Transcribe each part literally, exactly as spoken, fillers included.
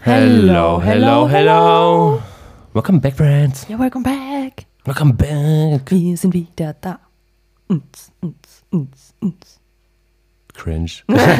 Hello, hello, hello. Welcome back, friends. Ja, welcome back. Welcome back. Wir sind wieder da. Uns, uns, uns, uns. Cringe.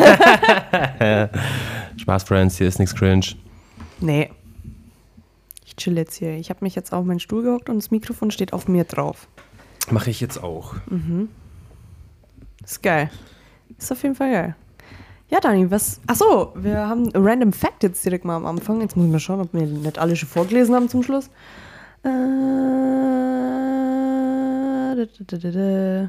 Spaß, Friends, hier ist nichts cringe. Nee. Ich chill jetzt hier. Ich habe mich jetzt auf meinen Stuhl gehockt und das Mikrofon steht auf mir drauf. Mache ich jetzt auch. Mhm. Ist geil. Ist auf jeden Fall geil. Ja, Dani, was... Achso, wir haben ein Random Fact jetzt direkt mal am Anfang. Jetzt muss ich mal schauen, ob wir nicht alle schon vorgelesen haben zum Schluss. Äh, da, da, da, da.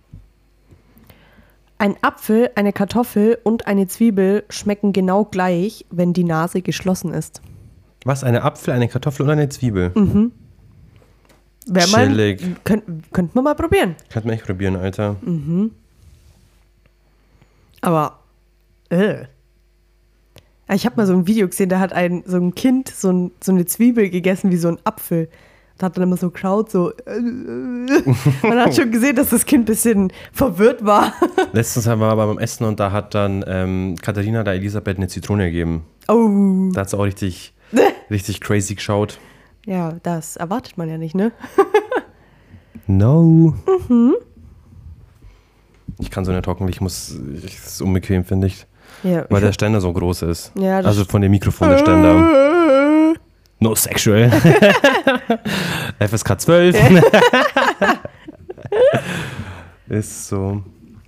Ein Apfel, eine Kartoffel und eine Zwiebel schmecken genau gleich, wenn die Nase geschlossen ist. Was? Eine Apfel, eine Kartoffel und eine Zwiebel? Mhm. Wär Chillig. Mal, könnt, könnten wir mal probieren. Könnten wir echt probieren, Alter. Mhm. Aber, äh. Ich habe mal so ein Video gesehen, da hat ein, so ein Kind so, ein, so eine Zwiebel gegessen wie so ein Apfel. Und hat dann immer so geschaut, so. Äh, Man hat schon gesehen, dass das Kind ein bisschen verwirrt war. Letztens waren wir beim Essen und da hat dann ähm, Katharina der Elisabeth eine Zitrone gegeben. Oh. Da hat sie auch richtig, richtig crazy geschaut. Ja, das erwartet man ja nicht, ne? No. Mhm. Ich kann so nicht hocken, ich muss, ich, das ist unbequem, finde ich. Ja, Weil ich der Ständer so groß ist. Ja, das also von dem Mikrofon der Ständer. No sexual. F S K zwölf. Ist so.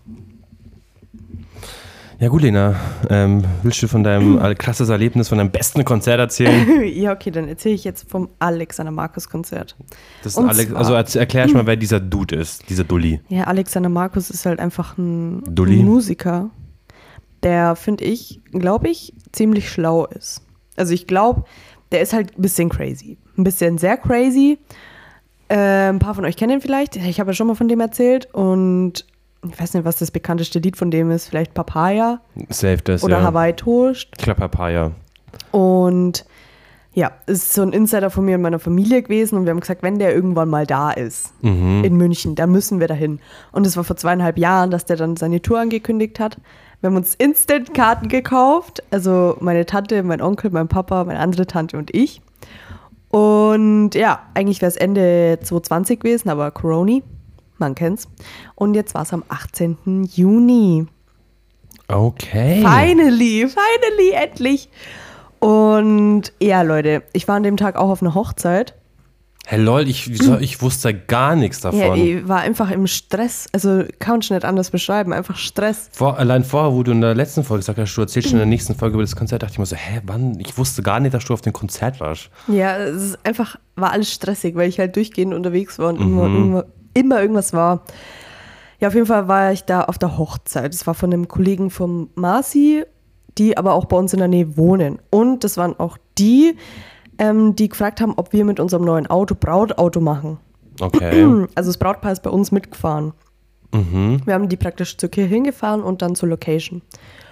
Ja gut, Lena. Ähm, willst du von deinem krasses Erlebnis, von deinem besten Konzert erzählen? Ja, okay, dann erzähle ich jetzt vom Alexander Markus Konzert. Das ist Und Alex, zwar- also erz- erklär ich mal, wer dieser Dude ist, dieser Dulli. Ja, Alexander Markus ist halt einfach ein Dulli. Musiker, der, finde ich, glaube ich, ziemlich schlau ist. Also ich glaube, der ist halt ein bisschen crazy. Ein bisschen sehr crazy. Äh, ein paar von euch kennen ihn vielleicht. Ich habe ja schon mal von dem erzählt. Und ich weiß nicht, was das bekannteste Lied von dem ist. Vielleicht Papaya Safe das, oder ja. Hawaii Toast. Ich glaube Papaya. Und ja, es ist so ein Insider von mir und meiner Familie gewesen. Und wir haben gesagt, wenn der irgendwann mal da ist, Mhm. in München, dann müssen wir dahin. Und es war vor zweieinhalb Jahren, dass der dann seine Tour angekündigt hat. Wir haben uns Instant-Karten gekauft. Also meine Tante, mein Onkel, mein Papa, meine andere Tante und ich. Und ja, eigentlich wäre es Ende zwanzig zwanzig gewesen, aber Corona, man kennt's. Und jetzt war es am achtzehnten Juni. Okay. Finally, finally, endlich. Und ja, Leute, ich war an dem Tag auch auf einer Hochzeit. Hey lol, ich, ich wusste gar nichts davon. Ja, ich war einfach im Stress. Also kann man schon nicht anders beschreiben, einfach Stress. Vor, allein vorher, wo du in der letzten Folge gesagt hast, du erzählst schon in der nächsten Folge über das Konzert, dachte ich mir so, hä, wann? Ich wusste gar nicht, dass du auf dem Konzert warst. Ja, es ist einfach, war alles stressig, weil ich halt durchgehend unterwegs war und immer, immer, immer irgendwas war. Ja, auf jeden Fall war ich da auf der Hochzeit. Das war von einem Kollegen vom Marci, die aber auch bei uns in der Nähe wohnen. Und das waren auch die, ähm, die gefragt haben, ob wir mit unserem neuen Auto Brautauto machen. Okay. Also das Brautpaar ist bei uns mitgefahren. Mhm. Wir haben die praktisch zur Kirche hingefahren und dann zur Location.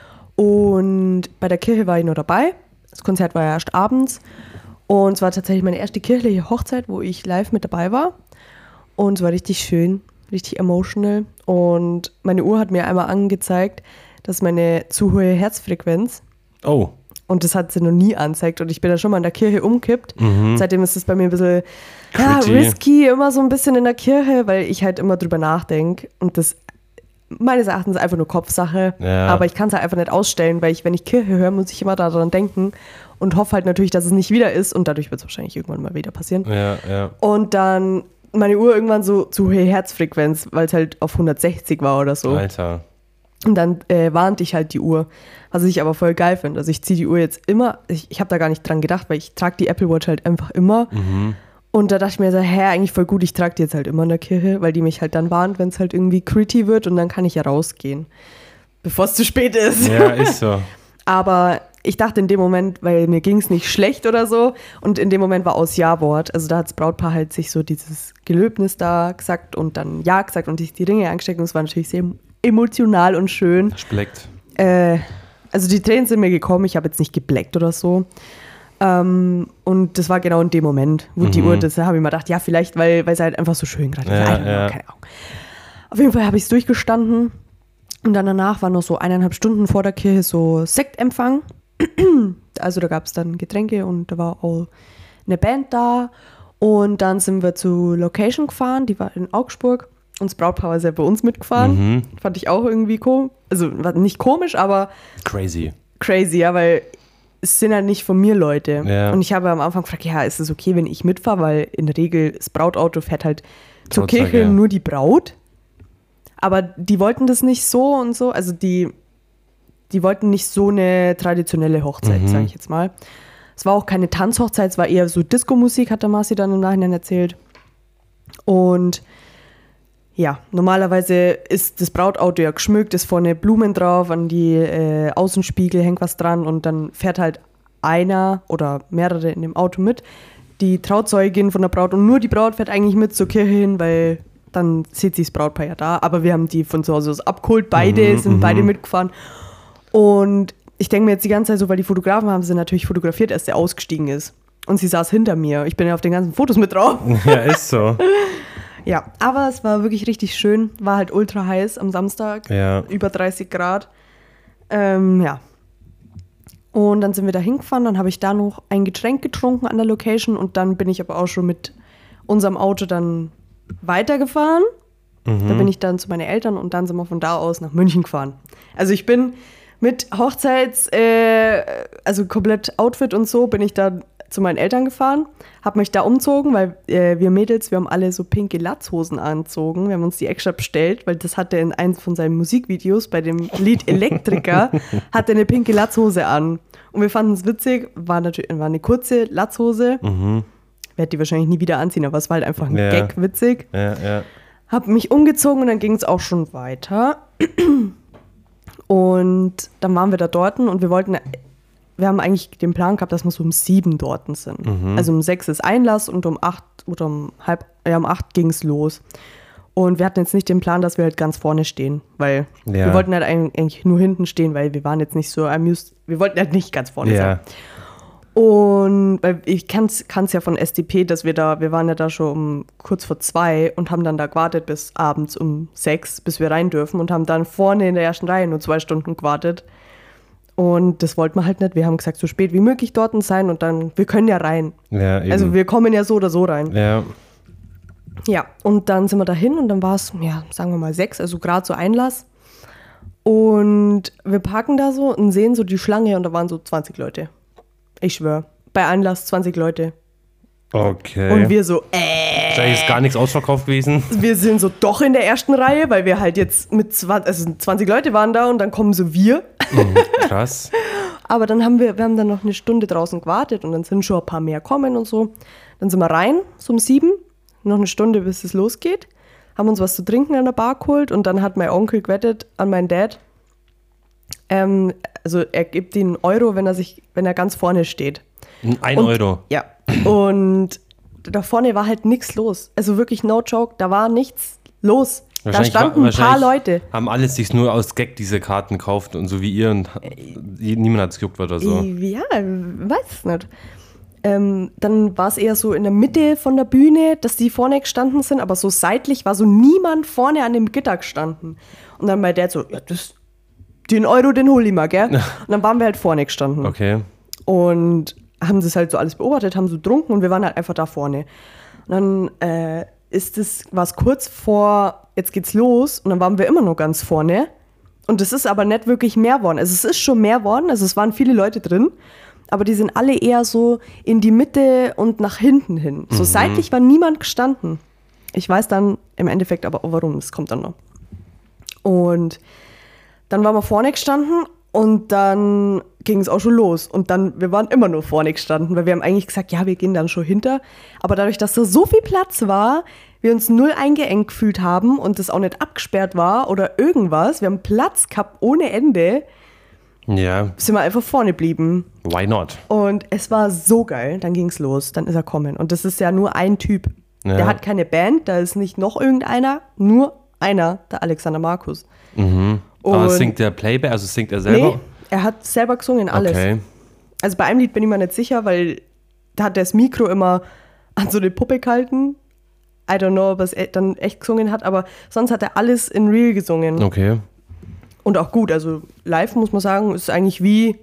Und bei der Kirche war ich nur dabei. Das Konzert war ja erst abends. Und es war tatsächlich meine erste kirchliche Hochzeit, wo ich live mit dabei war. Und es war richtig schön, richtig emotional. Und meine Uhr hat mir einmal angezeigt, dass meine zu hohe Herzfrequenz, Oh. und das hat sie noch nie angezeigt. Und ich bin da schon mal in der Kirche umkippt. Mhm. Seitdem ist es bei mir ein bisschen ja, Critty. risky, immer so ein bisschen in der Kirche, weil ich halt immer drüber nachdenke. Und das meines Erachtens einfach nur Kopfsache. Ja. Aber ich kann es halt einfach nicht ausstellen, weil ich, wenn ich Kirche höre, muss ich immer daran denken und hoffe halt natürlich, dass es nicht wieder ist. Und dadurch wird es wahrscheinlich irgendwann mal wieder passieren. Ja, ja. Und dann meine Uhr irgendwann so zu hohe Herzfrequenz, weil es halt auf hundertsechzig war oder so. Alter. Und dann äh, warnte ich halt die Uhr, was ich aber voll geil finde. Also ich ziehe die Uhr jetzt immer, ich, ich habe da gar nicht dran gedacht, weil ich trage die Apple Watch halt einfach immer. Mhm. Und da dachte ich mir so, hä, eigentlich voll gut, ich trage die jetzt halt immer in der Kirche, weil die mich halt dann warnt, wenn es halt irgendwie gritty wird und dann kann ich ja rausgehen, bevor es zu spät ist. Ja, ist so. Aber ich dachte in dem Moment, weil mir ging es nicht schlecht oder so und in dem Moment war aus Ja-Wort. Also da hat das Brautpaar halt sich so dieses Gelöbnis da gesagt und dann Ja gesagt und sich die Ringe angesteckt und es war natürlich sehr emotional und schön. Spleckt. Äh, also die Tränen sind mir gekommen, ich habe jetzt nicht gebleckt oder so. Ähm, und das war genau in dem Moment, wo Mhm. die Uhr, das habe ich mir gedacht, ja vielleicht, weil, weil es halt einfach so schön gerade Ja, ist. ja. Keine Ahnung. Auf jeden Fall habe ich es durchgestanden und dann danach war noch so eineinhalb Stunden vor der Kirche so Sektempfang. Also da gab es dann Getränke und da war auch eine Band da. Und dann sind wir zu Location gefahren, die war in Augsburg. Und das Brautpaar ist ja bei uns mitgefahren. Mhm. Fand ich auch irgendwie komisch. Also war nicht komisch, aber Crazy. crazy, ja, weil es sind halt nicht von mir Leute. Ja. Und ich habe am Anfang gefragt, ja, ist es okay, wenn ich mitfahre? Weil in der Regel das Brautauto fährt halt zur Trauzeuge, Kirche ja. nur die Braut. Aber die wollten das nicht so und so. Also die, die wollten nicht so eine traditionelle Hochzeit, Mhm. sage ich jetzt mal. Es war auch keine Tanzhochzeit, es war eher so Disco-Musik, hat der Marci dann im Nachhinein erzählt. Und ja, normalerweise ist das Brautauto ja geschmückt, ist vorne Blumen drauf, an die äh, Außenspiegel hängt was dran und dann fährt halt einer oder mehrere in dem Auto mit, die Trauzeugin von der Braut und nur die Braut fährt eigentlich mit zur Kirche hin, weil dann sieht sie das Brautpaar ja da, aber wir haben die von zu Hause aus abgeholt, beide Mhm, sind mhm. beide mitgefahren und ich denke mir jetzt die ganze Zeit so, weil die Fotografen haben sie natürlich fotografiert, als der ausgestiegen ist und sie saß hinter mir, ich bin ja auf den ganzen Fotos mit drauf. Ja, ist so. Ja, aber es war wirklich richtig schön. War halt ultra heiß am Samstag. Ja. Über dreißig Grad. Ähm, ja. Und dann sind wir da hingefahren. Dann habe ich da noch ein Getränk getrunken an der Location. Und dann bin ich aber auch schon mit unserem Auto dann weitergefahren. Mhm. Da bin ich dann zu meinen Eltern und dann sind wir von da aus nach München gefahren. Also ich bin mit Hochzeits, äh, also komplett Outfit und so, bin ich dann zu meinen Eltern gefahren, habe mich da umzogen, weil äh, wir Mädels, wir haben alle so pinke Latzhosen angezogen. Wir haben uns die extra bestellt, weil das hatte in eins von seinen Musikvideos bei dem Lied Elektriker, hatte eine pinke Latzhose an. Und wir fanden es witzig, war natürlich war eine kurze Latzhose. Mhm. Werde die wahrscheinlich nie wieder anziehen, aber es war halt einfach ein Ja. Gag witzig. Ja, ja. Hab mich umgezogen und dann ging es auch schon weiter. Und dann waren wir da dort und wir wollten, wir haben eigentlich den Plan gehabt, dass wir so um sieben dort sind. Mhm. Also um sechs ist Einlass und um acht oder um halb, ja um acht ging es los. Und wir hatten jetzt nicht den Plan, dass wir halt ganz vorne stehen, weil Ja. wir wollten halt eigentlich nur hinten stehen, weil wir waren jetzt nicht so amused, wir wollten halt nicht ganz vorne sein. Ja. Und weil ich kann es ja von S D P, dass wir da, wir waren ja da schon um kurz vor zwei und haben dann da gewartet bis abends um sechs, bis wir rein dürfen und haben dann vorne in der ersten Reihe nur zwei Stunden gewartet. Und das wollten wir halt nicht. Wir haben gesagt, so spät wie möglich dort sein und dann, wir können ja rein. Ja, eben. Also wir kommen ja so oder so rein. Ja. Ja, und dann sind wir dahin und dann war es, ja, sagen wir mal sechs, also gerade so Einlass. Und wir parken da so und sehen so die Schlange und da waren so zwanzig Leute. Ich schwöre, bei Einlass zwanzig Leute. Okay. Und wir so, äh, Wahrscheinlich ist gar nichts ausverkauft gewesen. wir sind so doch in der ersten Reihe, weil wir halt jetzt mit zwanzig, also zwanzig Leute waren da und dann kommen so wir. Mhm, krass. Aber dann haben wir, wir haben dann noch eine Stunde draußen gewartet und dann sind schon ein paar mehr kommen und so. Dann sind wir rein, so um sieben, noch eine Stunde, bis es losgeht. Haben uns was zu trinken an der Bar geholt und dann hat mein Onkel gewettet an meinen Dad. Ähm, also er gibt ihm einen Euro, wenn er sich, wenn er ganz vorne steht. Ein Und- Euro. Ja. Und da vorne war halt nichts los. Also wirklich no joke, da war nichts los. Da Wahrscheinlich standen wa- ein paar wahrscheinlich Leute. Haben alle sich nur aus Gag diese Karten gekauft und so wie ihr und niemand hat es gejuckt oder so. Ja, weiß es nicht. Ähm, dann war es eher so in der Mitte von der Bühne, dass die vorne gestanden sind, aber so seitlich war so niemand vorne an dem Gitter gestanden. Und dann bei der so, ja, das, den Euro, den hol ich mal, gell? Und dann waren wir halt vorne gestanden. Okay. Und haben das halt so alles beobachtet, haben so getrunken und wir waren halt einfach da vorne. Und dann äh, ist es, war es kurz vor, jetzt geht's los und dann waren wir immer noch ganz vorne. Und es ist aber nicht wirklich mehr worden. Also es ist schon mehr worden, also es waren viele Leute drin, aber die sind alle eher so in die Mitte und nach hinten hin. So seitlich war niemand gestanden. Ich weiß dann im Endeffekt aber auch warum, das kommt dann noch. Und dann waren wir vorne gestanden und dann ging es auch schon los. Und dann, wir waren immer nur vorne gestanden, weil wir haben eigentlich gesagt, ja, wir gehen dann schon hinter. Aber dadurch, dass da so viel Platz war, wir uns null eingeengt gefühlt haben und das auch nicht abgesperrt war oder irgendwas, wir haben Platz gehabt ohne Ende, Ja, sind wir einfach vorne geblieben. why not? Und es war so geil. Dann ging es los, dann ist er kommen. Und das ist ja nur ein Typ. Ja. Der hat keine Band, da ist nicht noch irgendeiner, nur einer, der Alexander Markus. Mhm. Aber Und- singt der Playback, also singt er selber? Nee, er hat selber gesungen, alles. Okay. Also bei einem Lied bin ich mir nicht sicher, weil da hat das Mikro immer an so eine Puppe gehalten. I don't know, ob er es e- dann echt gesungen hat, aber sonst hat er alles in real gesungen. Okay. Und auch gut, also live muss man sagen, ist eigentlich wie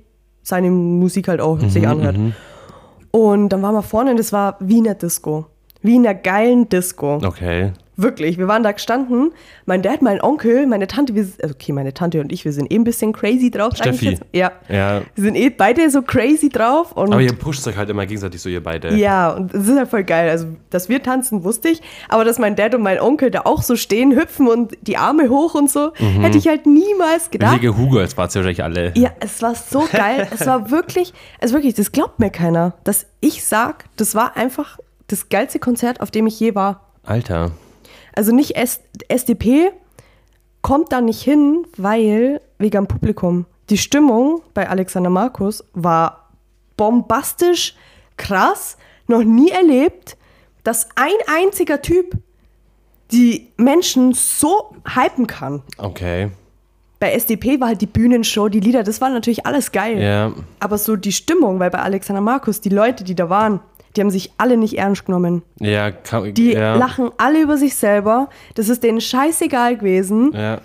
seine Musik halt auch Mhm, sich anhört. mhm. Und dann waren wir vorne und das war wie in der Disco. Wie in der geilen Disco. Okay. Wirklich, wir waren da gestanden. Mein Dad, mein Onkel, meine Tante, wir, okay, meine Tante und ich, wir sind eh ein bisschen crazy drauf. sag ich Steffi. jetzt. Ja. Ja. Wir sind eh beide so crazy drauf. Und Aber ihr pusht euch halt immer gegenseitig so, ihr beide. ja, und es ist halt voll geil. Also, dass wir tanzen, wusste ich. Aber dass mein Dad und mein Onkel da auch so stehen, hüpfen und die Arme hoch und so, hätte ich halt niemals gedacht. Willige Hugo, jetzt wart ihr wahrscheinlich alle. Ja, es war so geil. Es war wirklich, also wirklich, das glaubt mir keiner, dass ich sag, das war einfach das geilste Konzert, auf dem ich je war. Alter. Also nicht S- SDP kommt da nicht hin, weil wegen am Publikum. Die Stimmung bei Alexander Markus war bombastisch, krass, noch nie erlebt, dass ein einziger Typ die Menschen so hypen kann. Okay. Bei S D P war halt die Bühnenshow, die Lieder, das war natürlich alles geil. Ja. Aber so die Stimmung, weil bei Alexander Markus, die Leute, die da waren, die haben sich alle nicht ernst genommen. Ja, kann, Die ja. lachen alle über sich selber. Das ist denen scheißegal gewesen. Ja.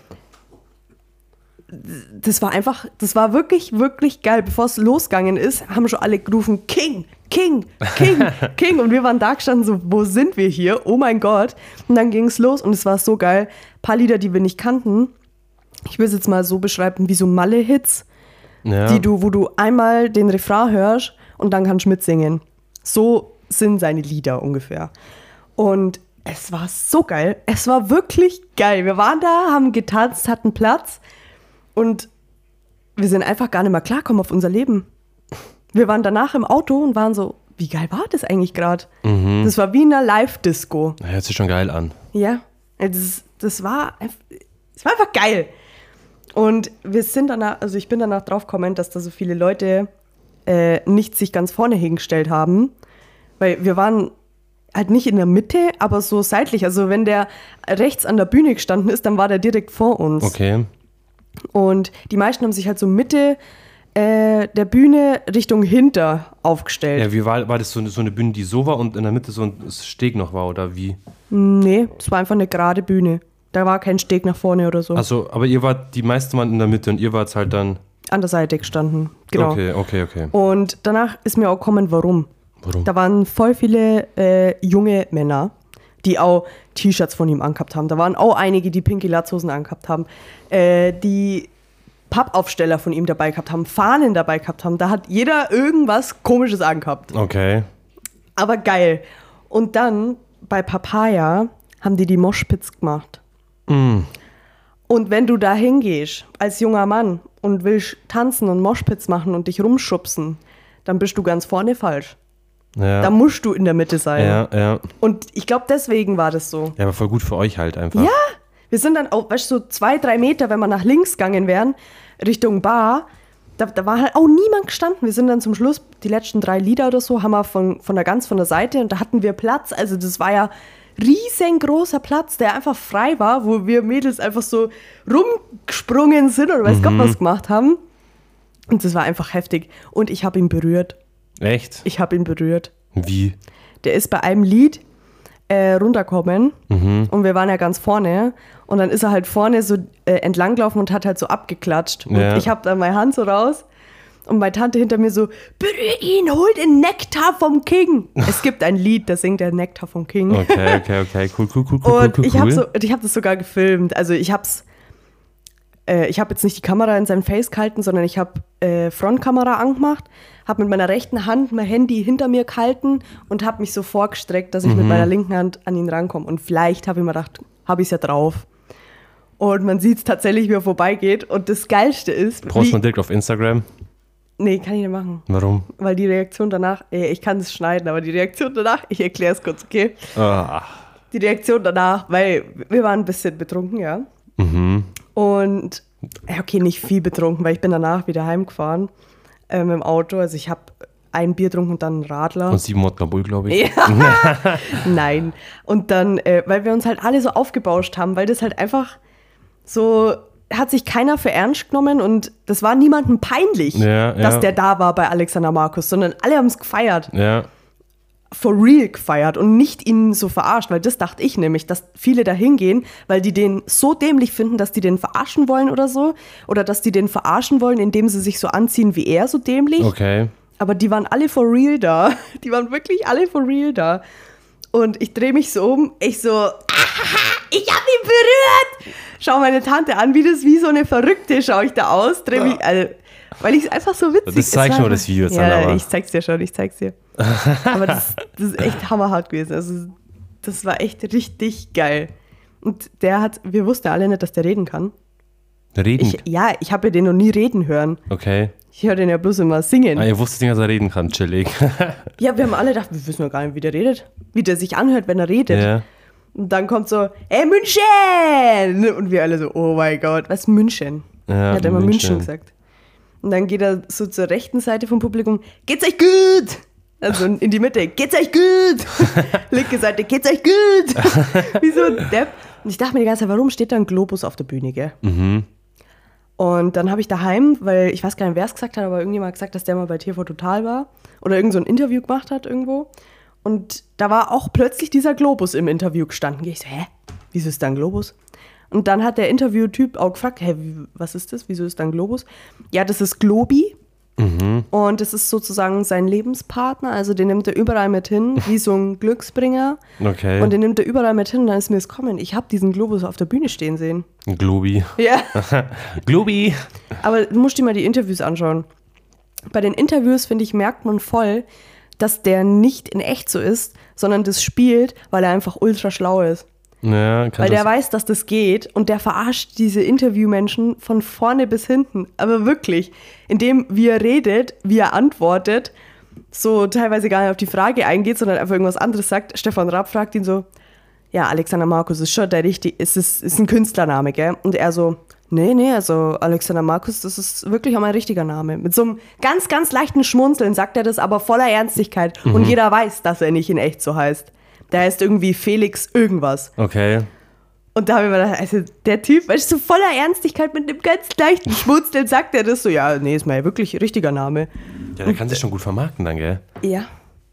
Das war einfach, das war wirklich, wirklich geil. Bevor es losgegangen ist, haben schon alle gerufen, King, King, King, King. Und wir waren da gestanden so, wo sind wir hier? Oh mein Gott. Und dann ging es los und es war so geil. Ein paar Lieder, die wir nicht kannten. Ich will es jetzt mal so beschreiben, wie so Malle-Hits, Ja. die du, wo du einmal den Refrain hörst und dann kannst du mitsingen. So sind seine Lieder ungefähr. Und es war so geil. Es war wirklich geil. Wir waren da, haben getanzt, hatten Platz und wir sind einfach gar nicht mehr klarkommen auf unser Leben. Wir waren danach im Auto und waren so, wie geil war das eigentlich gerade? Mhm. Das war wie in einer Live-Disco. Hört sich schon geil an. Ja, das, das war einfach, das war einfach geil. Und wir sind danach, also ich bin danach drauf gekommen, dass da so viele Leute äh, nicht sich ganz vorne hingestellt haben, weil wir waren halt nicht in der Mitte, aber so seitlich. Also wenn der rechts an der Bühne gestanden ist, dann war der direkt vor uns. Okay. Und die meisten haben sich halt so Mitte äh, der Bühne Richtung hinter aufgestellt. Ja, wie war, war das so eine, so eine Bühne, die so war und in der Mitte so ein Steg noch war, oder wie? Nee, es war einfach eine gerade Bühne. Da war kein Steg nach vorne oder so. Also, aber ihr wart, die meisten waren in der Mitte und ihr wart halt dann. An der Seite gestanden, genau. Okay, okay, okay. Und danach ist mir auch gekommen, warum. Warum? Da waren voll viele äh, junge Männer, die auch T-Shirts von ihm angehabt haben. Da waren auch einige, die pinke Latzhosen angehabt haben, äh, die Pappaufsteller von ihm dabei gehabt haben, Fahnen dabei gehabt haben. Da hat jeder irgendwas Komisches angehabt. Okay. Aber geil. Und dann bei Papaya haben die die Moshpits gemacht. Mm. Und wenn du da hingehst als junger Mann und willst tanzen und Moshpits machen und dich rumschubsen, dann bist du ganz vorne falsch. Ja. Da musst du in der Mitte sein. ja, ja. Und ich glaube, deswegen war das so. Ja, aber voll gut für euch halt einfach. Ja, wir sind dann auch, weißt du, so zwei, drei Meter, wenn wir nach links gegangen wären, Richtung Bar, da, da war halt auch niemand gestanden. Wir sind dann zum Schluss, die letzten drei Lieder oder so, haben wir von, von der ganz von der Seite und da hatten wir Platz. Also das war ja riesengroßer Platz, der einfach frei war, wo wir Mädels einfach so rumgesprungen sind oder weiß Mhm. Gott was gemacht haben. Und das war einfach heftig. Und ich habe ihn berührt. Echt? Ich habe ihn berührt. Wie? Der ist bei einem Lied äh, runtergekommen Mhm. und wir waren ja ganz vorne und dann ist er halt vorne so äh, entlanggelaufen und hat halt so abgeklatscht. Und Ja. ich habe dann meine Hand so raus und meine Tante hinter mir so, berühr ihn, hol den Nektar vom King. Es gibt ein Lied, da singt der Nektar vom King. Okay, okay, okay. Cool, cool, cool, cool, Und cool, ich cool. habe so, ich hab das sogar gefilmt. Also ich habe es, äh, ich habe jetzt nicht die Kamera in sein Face gehalten, sondern ich habe äh, Frontkamera angemacht, habe mit meiner rechten Hand mein Handy hinter mir gehalten und habe mich so vorgestreckt, dass ich Mhm. mit meiner linken Hand an ihn rankomme. Und vielleicht habe ich mir gedacht, habe ich es ja drauf. Und man sieht es tatsächlich, wie er vorbeigeht. Und das Geilste ist, Brauchst wie, du direkt auf Instagram? nee, kann ich nicht machen. Warum? Weil die Reaktion danach, äh, ich kann es schneiden, aber die Reaktion danach, ich erkläre es kurz, okay? Ah. Die Reaktion danach, weil wir waren ein bisschen betrunken, ja. Mhm. Und, ja, okay, nicht viel betrunken, weil ich bin danach wieder heimgefahren äh, mit dem Auto. Also ich habe ein Bier getrunken und dann einen Radler. Und sieben Wodka Bull, glaube ich. Ja. Nein. Und dann, äh, weil wir uns halt alle so aufgebauscht haben, weil das halt einfach so, hat sich keiner für ernst genommen und das war niemandem peinlich, Ja, dass ja. der da war bei Alexander Markus, sondern alle haben es gefeiert. Ja. for real gefeiert und nicht ihn so verarscht, weil das dachte ich nämlich, dass viele da hingehen, weil die den so dämlich finden, dass die den verarschen wollen oder so, oder dass die den verarschen wollen, indem sie sich so anziehen wie er, so dämlich. Okay. Aber die waren alle for real da. Die waren wirklich alle for real da. Und ich drehe mich so um, ich so, ich hab ihn berührt! Schau meine Tante an, wie das wie so eine Verrückte schaue ich da aus, drehe mich, also, weil ich es einfach so witzig... Das zeigt schon das Video jetzt ja, an, aber... ich zeig's dir schon, ich zeig's dir. Aber das, das ist echt hammerhart gewesen. Also das war echt richtig geil. Und der hat, wir wussten alle nicht, dass der reden kann. Reden? Ich, ja, ich habe ja den noch nie reden hören. Okay. Ich höre den ja bloß immer singen. Ah, ihr wusstet nicht, dass er reden kann, chillig. Ja, wir haben alle gedacht, wir wissen noch gar nicht, wie der redet. Wie der sich anhört, wenn er redet. Ja. Und dann kommt so, ey, München! Und wir alle so, oh mein Gott, was München? Ja, er hat immer München. München gesagt. Und dann geht er so zur rechten Seite vom Publikum, geht's euch gut? Also in die Mitte, geht's euch gut? Linke Seite, geht's euch gut? Wie so ein Depp. Und ich dachte mir die ganze Zeit, warum steht da ein Globus auf der Bühne, gell? Mhm. Und dann habe ich daheim, weil ich weiß gar nicht, wer es gesagt hat, aber irgendjemand hat gesagt, dass der mal bei T V Total war oder irgend so ein Interview gemacht hat irgendwo. Und da war auch plötzlich dieser Globus im Interview gestanden. Ich so, hä? Wieso ist da ein Globus? Und dann hat der Interviewtyp auch gefragt, hä, was ist das? Wieso ist da ein Globus? Ja, das ist Globi. Mhm. Und das ist sozusagen sein Lebenspartner, also den nimmt er überall mit hin, wie so ein Glücksbringer. Okay. Und den nimmt er überall mit hin und dann ist mir das kommen. Ich habe diesen Globus auf der Bühne stehen sehen. Ein Globi. Ja. Globi. Aber du musst dir mal die Interviews anschauen. Bei den Interviews, finde ich, merkt man voll, dass der nicht in echt so ist, sondern das spielt, weil er einfach ultra schlau ist. Ja, kann Weil der das weiß, dass das geht und der verarscht diese Interviewmenschen von vorne bis hinten. Aber wirklich, indem wie er redet, wie er antwortet, so teilweise gar nicht auf die Frage eingeht, sondern einfach irgendwas anderes sagt. Stefan Raab fragt ihn so, ja, Alexander Markus ist schon der richtige, ist, ist, ist ein Künstlername, gell? Und er so, nee, nee, also Alexander Markus, das ist wirklich auch mein richtiger Name. Mit so einem ganz, ganz leichten Schmunzeln sagt er das, aber voller Ernstigkeit. Mhm. Und jeder weiß, dass er nicht in echt so heißt. Der heißt irgendwie Felix irgendwas. Okay. Und da habe ich mir gedacht, also der Typ, weißt du, so voller Ernstigkeit mit einem ganz leichten Schmunzeln sagt er das so, ja, nee, ist mein wirklich richtiger Name. Ja, der kann sich schon gut vermarkten dann, gell? Ja.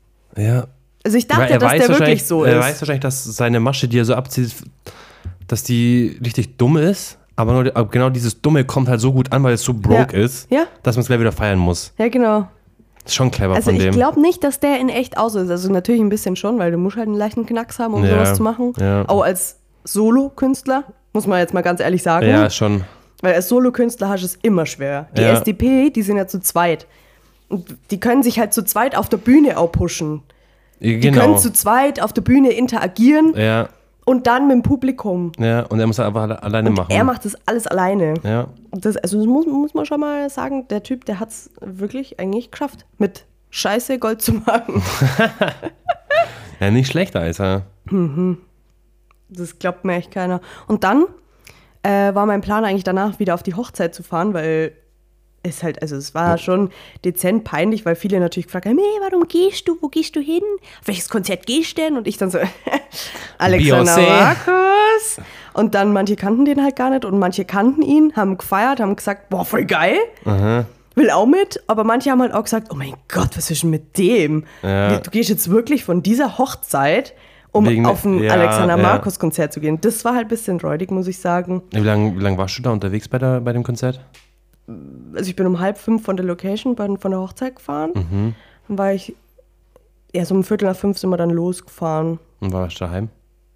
Ja. Also ich dachte, dass der wirklich so ist. Er weiß wahrscheinlich, dass seine Masche, die er so abzieht, dass die richtig dumm ist, aber, nur, aber genau dieses Dumme kommt halt so gut an, weil es so broke ja. ist, ja. dass man es gleich wieder feiern muss. Ja, genau. Das ist schon clever also von dem. Also ich glaube nicht, dass der in echt aus ist. Also natürlich ein bisschen schon, weil du musst halt einen leichten Knacks haben, um ja. sowas zu machen. Ja. Auch als Solo-Künstler, muss man jetzt mal ganz ehrlich sagen. Ja, schon. Weil als Solo-Künstler hast du es immer schwer. Die ja. S D P, die sind ja zu zweit. Und die können sich halt zu zweit auf der Bühne auch pushen. Genau. Die können zu zweit auf der Bühne interagieren ja. und dann mit dem Publikum. Ja, und er muss einfach alle, alleine und machen. Er macht das alles alleine. Ja. Das, also das muss, muss man schon mal sagen, der Typ, der hat es wirklich eigentlich geschafft, mit Scheiße Gold zu machen. Ja, nicht schlechter als er. Mhm. Das glaubt mir echt keiner. Und dann äh, war mein Plan eigentlich danach wieder auf die Hochzeit zu fahren, weil es halt, also es war schon dezent peinlich, weil viele natürlich gefragt haben, hey, warum gehst du, wo gehst du hin? Auf welches Konzert gehst du denn? Und ich dann so, Alexander Markus. Und dann manche kannten den halt gar nicht und manche kannten ihn, haben gefeiert, haben gesagt, boah, voll geil. Aha. Will auch mit, aber manche haben halt auch gesagt, oh mein Gott, was ist denn mit dem? Ja. Du gehst jetzt wirklich von dieser Hochzeit, um Wegen, auf ein ja, Alexander ja. Markus Konzert zu gehen. Das war halt ein bisschen räudig, muss ich sagen. Wie lange wie lang warst du da unterwegs bei, der, bei dem Konzert? Also ich bin um halb fünf von der Location, von der Hochzeit gefahren. Mhm. Dann war ich, ja so um Viertel nach fünf sind wir dann losgefahren. Und warst du daheim?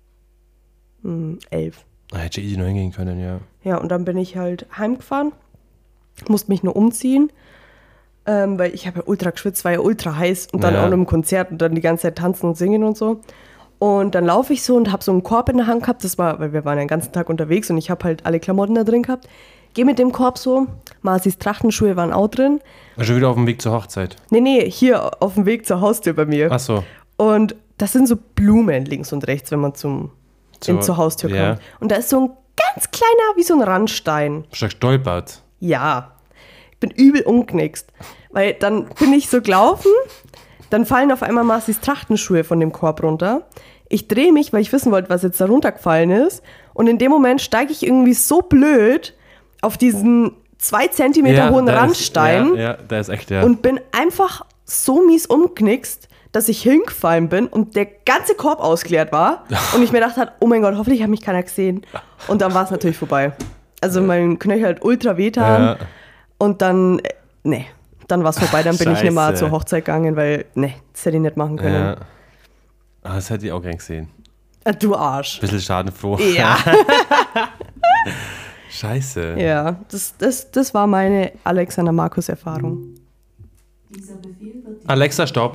Um, elf. Ah, hätte ich easy noch hingehen können, ja. Ja, und dann bin ich halt heimgefahren. Musste mich nur umziehen, ähm, weil ich habe ja ultra geschwitzt, war ja ultra heiß und dann ja. auch noch im Konzert und dann die ganze Zeit tanzen und singen und so. Und dann laufe ich so und habe so einen Korb in der Hand gehabt, das war, weil wir waren ja den ganzen Tag unterwegs und ich habe halt alle Klamotten da drin gehabt. Geh mit dem Korb so, Marcis Trachtenschuhe waren auch drin. Schon wieder auf dem Weg zur Hochzeit? Nee, nee, hier auf dem Weg zur Haustür bei mir. Ach so. Und das sind so Blumen links und rechts, wenn man zum, zur, in, zur Haustür ja. kommt. Und da ist so ein ganz kleiner, wie so ein Randstein. Bist du gestolpert? Ja, ich bin übel umknickst, weil dann bin ich so gelaufen, dann fallen auf einmal Marcis Trachtenschuhe von dem Korb runter. Ich drehe mich, weil ich wissen wollte, was jetzt da runtergefallen ist und in dem Moment steige ich irgendwie so blöd auf diesen zwei Zentimeter ja, hohen da Randstein ist, ja, ja, der ist echt, ja. und bin einfach so mies umknickst, dass ich hingefallen bin und der ganze Korb ausgeleert war und ich mir gedacht habe, oh mein Gott, hoffentlich hat mich keiner gesehen. Und dann war es natürlich vorbei. Also mein Knöchel hat ultra wehtan Ja. und dann, äh, nee, dann war es vorbei. Dann bin ich Scheiße. nicht mehr zur Hochzeit gegangen, weil, nee, das hätte ich nicht machen können. Ja. Ah, das hätte ich auch gern gesehen. Äh, Du Arsch. Bisschen schadenfroh. Ja. Scheiße. Ja, das, das, das war meine Alexander Markus-Erfahrung. Alexa, stopp.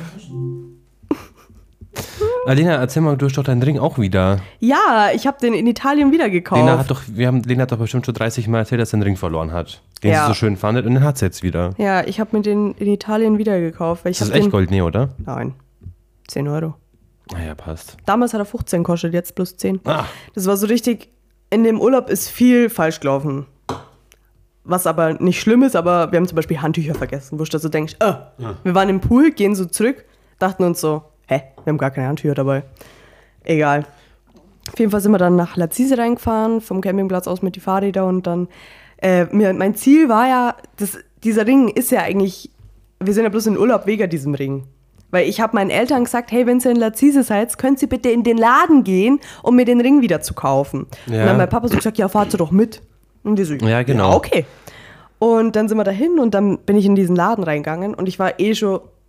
Alena, erzähl mal, du hast doch deinen Ring auch wieder. Ja, ich habe den in Italien wieder gekauft. Lena hat doch, wir haben, Lena hat doch bestimmt schon dreißig Mal erzählt, dass sie den Ring verloren hat. Den Ja. sie so schön fandet und den hat sie jetzt wieder. Ja, ich habe mir den in Italien wieder gekauft. Weil ich Das hab ist echt den, Gold, nee, oder? Nein, zehn Euro. Naja, passt. Damals hat er fünfzehn gekostet, jetzt plus zehn. Ah. Das war so richtig, in dem Urlaub ist viel falsch gelaufen. Was aber nicht schlimm ist, aber wir haben zum Beispiel Handtücher vergessen, wo du da so denkst, oh, wir waren im Pool, gehen so zurück, dachten uns so, hä, wir haben gar keine Handtücher dabei. Egal. Auf jeden Fall sind wir dann nach Lazise reingefahren, vom Campingplatz aus mit die Fahrräder und dann, äh, mir, mein Ziel war ja, das, dieser Ring ist ja eigentlich, wir sind ja bloß in Urlaub wegen diesem Ring. Weil ich habe meinen Eltern gesagt, hey, wenn ihr in Lazise seid, könnt ihr bitte in den Laden gehen, um mir den Ring wieder zu kaufen. Ja. Und dann hat mein Papa so gesagt, ja, fahrt ihr doch mit. Und die so, Ja, genau. Ja, okay. Und dann sind wir dahin und dann bin ich in diesen Laden reingegangen und ich war eh schon ein